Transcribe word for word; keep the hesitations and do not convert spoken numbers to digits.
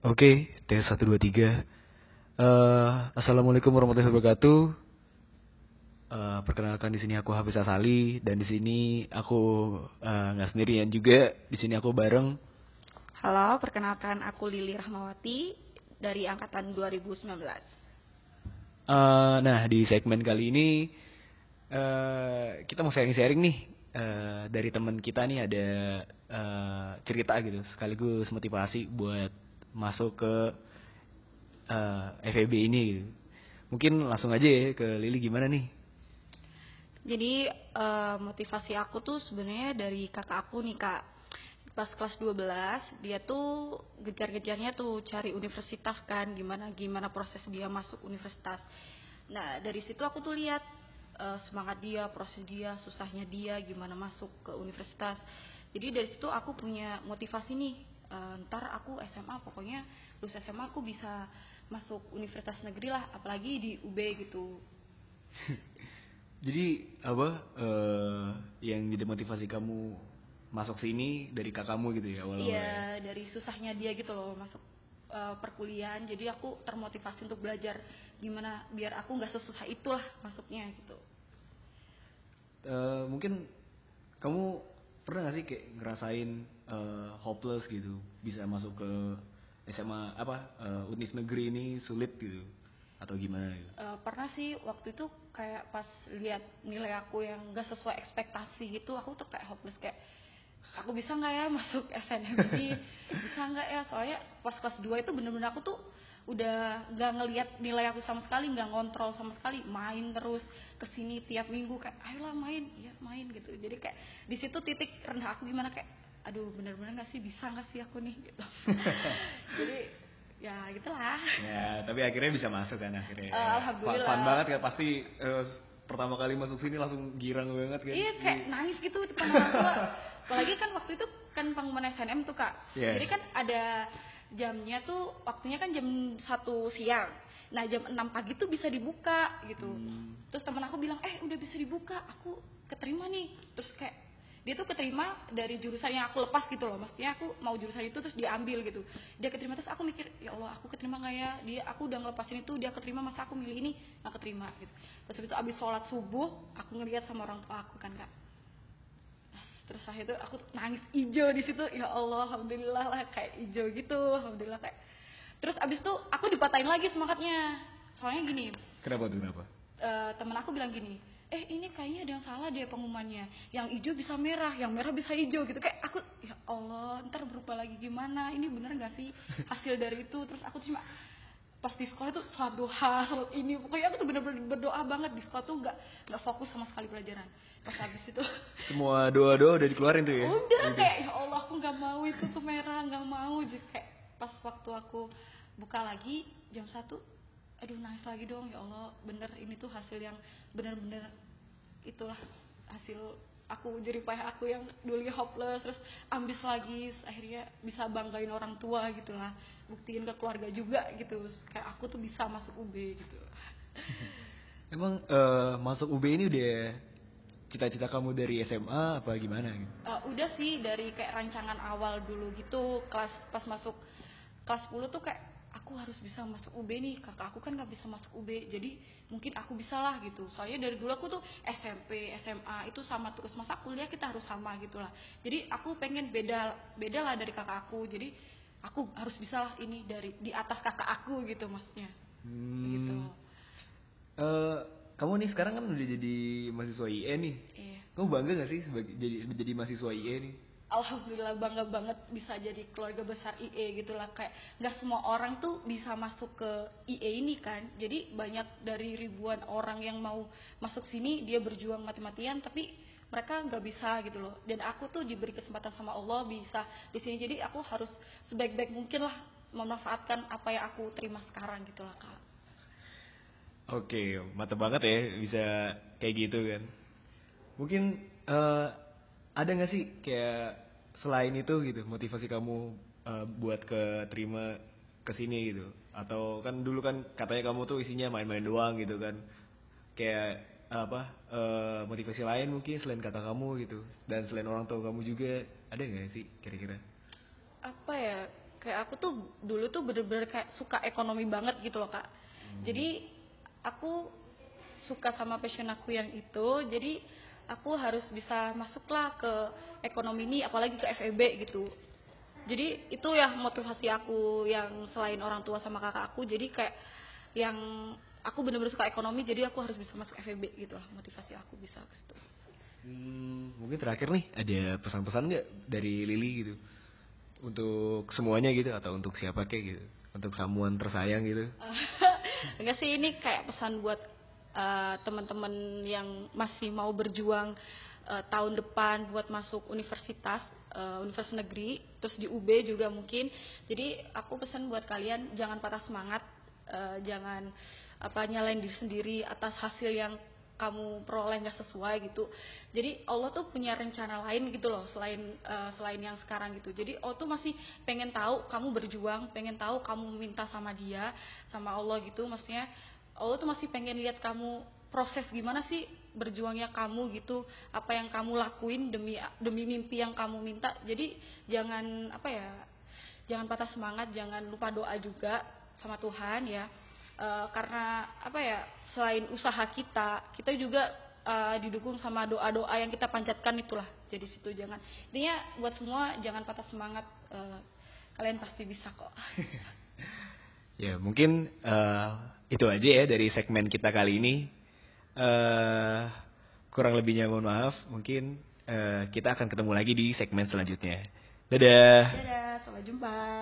Oke, tes satu dua tiga. Eh, Assalamualaikum warahmatullahi wabarakatuh. Eh, perkenalkan di sini aku Hafiz Asali dan di sini aku eh, nggak sendirian juga. Di sini aku bareng. Halo, perkenalkan aku Lili Rahmawati dari angkatan dua ribu sembilan belas. Eh, nah, di segmen kali ini eh, kita mau sharing-sharing nih. Eh, dari teman kita nih ada eh, cerita gitu, sekaligus motivasi buat masuk ke eh, F E B ini gitu. Mungkin langsung aja ya ke Lili, gimana nih? Jadi eh, motivasi aku tuh sebenarnya dari kakak aku nih kak. Pas kelas dua belas dia tuh gejar-gejarnya tuh cari universitas kan, gimana gimana proses dia masuk universitas. Nah dari situ aku tuh lihat eh, semangat dia, proses dia, susahnya dia, gimana masuk ke universitas. Jadi dari situ aku punya motivasi nih. Eh, ntar aku S M A pokoknya lulus S M A aku bisa masuk universitas negeri lah, apalagi di U B gitu. Jadi apa eh, yang jadi motivasi kamu masuk sini dari kakakmu gitu ya awal-awal ya? Iya, dari susahnya dia gitu loh masuk uh, perkuliahan. Jadi aku termotivasi untuk belajar gimana biar aku nggak sesusah itulah masuknya gitu. Eh, mungkin kamu pernah gak sih kayak ngerasain eh, hopeless gitu, bisa masuk ke S M A apa eh, univ negeri ini sulit gitu atau gimana gitu? Uh, pernah sih waktu itu kayak pas lihat nilai aku yang nggak sesuai ekspektasi gitu, aku tuh kayak hopeless kayak aku bisa nggak ya masuk S N M ini, bisa nggak ya, soalnya pas kelas dua itu bener-bener aku tuh udah nggak ngelihat nilai aku sama sekali, nggak ngontrol sama sekali, main terus kesini tiap minggu kayak ayolah main, iya main gitu. Jadi kayak di situ titik rendah aku gimana kayak aduh bener-bener nggak sih, bisa nggak sih aku nih gitu. Jadi ya gitulah. Ya, tapi akhirnya bisa masuk kan akhirnya. Uh, Ya. Fun, fun alhamdulillah. banget kan pasti eh, pertama kali masuk sini langsung girang banget kan. Iya kayak Di- nangis gitu di depan orang tua. Apalagi kan waktu itu kan pengumuman S N M tuh kak. Iya. Jadi kan ada jamnya tuh, waktunya kan jam satu siang. Nah jam enam pagi tuh bisa dibuka gitu. Hmm. Terus teman aku bilang, eh udah bisa dibuka, aku keterima nih. Terus kayak dia tuh keterima dari jurusan yang aku lepas gitu loh, maksudnya aku mau jurusan itu terus dia ambil gitu, dia keterima. Terus aku mikir ya Allah aku keterima nggak ya, dia aku udah ngelepasin itu dia keterima, masa aku milih ini nggak keterima gitu. Terus itu abis sholat subuh aku ngeliat sama orang tua aku kan kak, terus akhirnya itu aku nangis ijo di situ, ya Allah alhamdulillah lah kayak ijo gitu, alhamdulillah kayak. Terus abis itu aku dipatahin lagi semangatnya, soalnya gini, Kenapa tuh kenapa? uh, temen aku bilang gini, eh ini kayaknya ada yang salah deh pengumumannya, yang hijau bisa merah, yang merah bisa hijau gitu. Kayak aku ya Allah ntar berubah lagi gimana, ini bener gak sih hasil dari itu. Terus aku cuma pas di sekolah tuh salat duha, salat ini, pokoknya aku tuh bener-bener berdoa banget di sekolah tuh nggak nggak fokus sama sekali pelajaran. Pas habis itu Semua doa-doa udah dikeluarin tuh ya? udah Gitu. kayak ya Allah aku nggak mau itu tuh merah, nggak mau. Jadi kayak pas waktu aku buka lagi jam satu, aduh nangis lagi dong, ya Allah bener ini tuh hasil yang bener-bener itulah hasil aku jerih payah aku yang dulunya hopeless, terus ambis lagi, akhirnya bisa banggain orang tua gitulah, buktiin ke keluarga juga gitu kayak aku tuh bisa masuk U B gitu. Emang eh, masuk U B ini udah cita-cita kamu dari S M A apa gimana gitu? Uh, udah sih dari kayak rancangan awal dulu gitu, kelas pas masuk kelas sepuluh tuh kayak aku harus bisa masuk U B nih, kakak aku kan nggak bisa masuk U B, jadi mungkin aku bisa lah gitu. Soalnya dari dulu aku tuh S M P S M A itu sama terus, masa kuliah kita harus sama gitulah. Jadi aku pengen beda beda lah dari kakak aku, jadi aku harus bisa lah ini dari di atas kakak aku gitu maksudnya. Gitu. Hmm. Eh, kamu nih sekarang kan udah jadi mahasiswa I E nih. Iya. Kamu bangga gak sih sebagai jadi menjadi mahasiswa I E nih? Alhamdulillah bangga banget bisa jadi keluarga besar I E gitulah, kayak nggak semua orang tuh bisa masuk ke I E ini kan. Jadi banyak dari ribuan orang yang mau masuk sini, dia berjuang mati-matian tapi mereka nggak bisa gitu loh. Dan aku tuh diberi kesempatan sama Allah bisa di sini, jadi aku harus sebaik-baik mungkin lah memanfaatkan apa yang aku terima sekarang gitulah kak. Oke, mantap banget ya bisa kayak gitu kan. Mungkin eh, ada nggak sih kayak selain itu gitu motivasi kamu eh, buat ke terima ke sini gitu? Atau kan dulu kan katanya kamu tuh isinya main-main doang gitu kan? Kayak apa eh, motivasi lain mungkin selain kakak kamu gitu dan selain orang tua kamu juga, ada nggak sih kira-kira? Apa ya, kayak aku tuh dulu tuh bener-bener kayak suka ekonomi banget gitu loh Kak. Jadi aku suka sama passion aku yang itu, jadi aku harus bisa masuklah ke ekonomi ini, apalagi ke F E B gitu. Jadi itu ya motivasi aku yang selain orang tua sama kakak aku, jadi kayak yang aku bener-bener suka ekonomi, jadi aku harus bisa masuk F E B gitu lah, motivasi aku bisa ke situ. Hmm, mungkin terakhir nih ada pesan-pesan nggak dari Lily gitu untuk semuanya gitu, atau untuk siapa kek gitu, untuk someone tersayang gitu? Enggak sih, ini kayak pesan buat uh, teman-teman yang masih mau berjuang uh, tahun depan buat masuk universitas, uh, universitas negeri, terus di U B juga mungkin. Jadi aku pesan buat kalian jangan patah semangat, uh, jangan apa nyalain diri sendiri atas hasil yang kamu peroleh nggak sesuai gitu. Jadi Allah tuh punya rencana lain gitu loh, selain uh, selain yang sekarang gitu. Jadi Allah tuh masih pengen tahu kamu berjuang, pengen tahu kamu minta sama Dia, sama Allah gitu. Maksudnya Allah tuh masih pengen lihat kamu proses gimana sih berjuangnya kamu gitu, apa yang kamu lakuin demi demi mimpi yang kamu minta. Jadi jangan apa ya, jangan patah semangat, jangan lupa doa juga sama Tuhan ya. Uh, karena apa ya, selain usaha kita, kita juga uh, didukung sama doa-doa yang kita panjatkan itulah. Jadi situ jangan, intinya buat semua jangan patah semangat, uh, kalian pasti bisa kok. Ya mungkin uh, itu aja ya dari segmen kita kali ini. Uh, kurang lebihnya mohon maaf. Mungkin uh, kita akan ketemu lagi di segmen selanjutnya. Dadah. Dadah, sampai jumpa.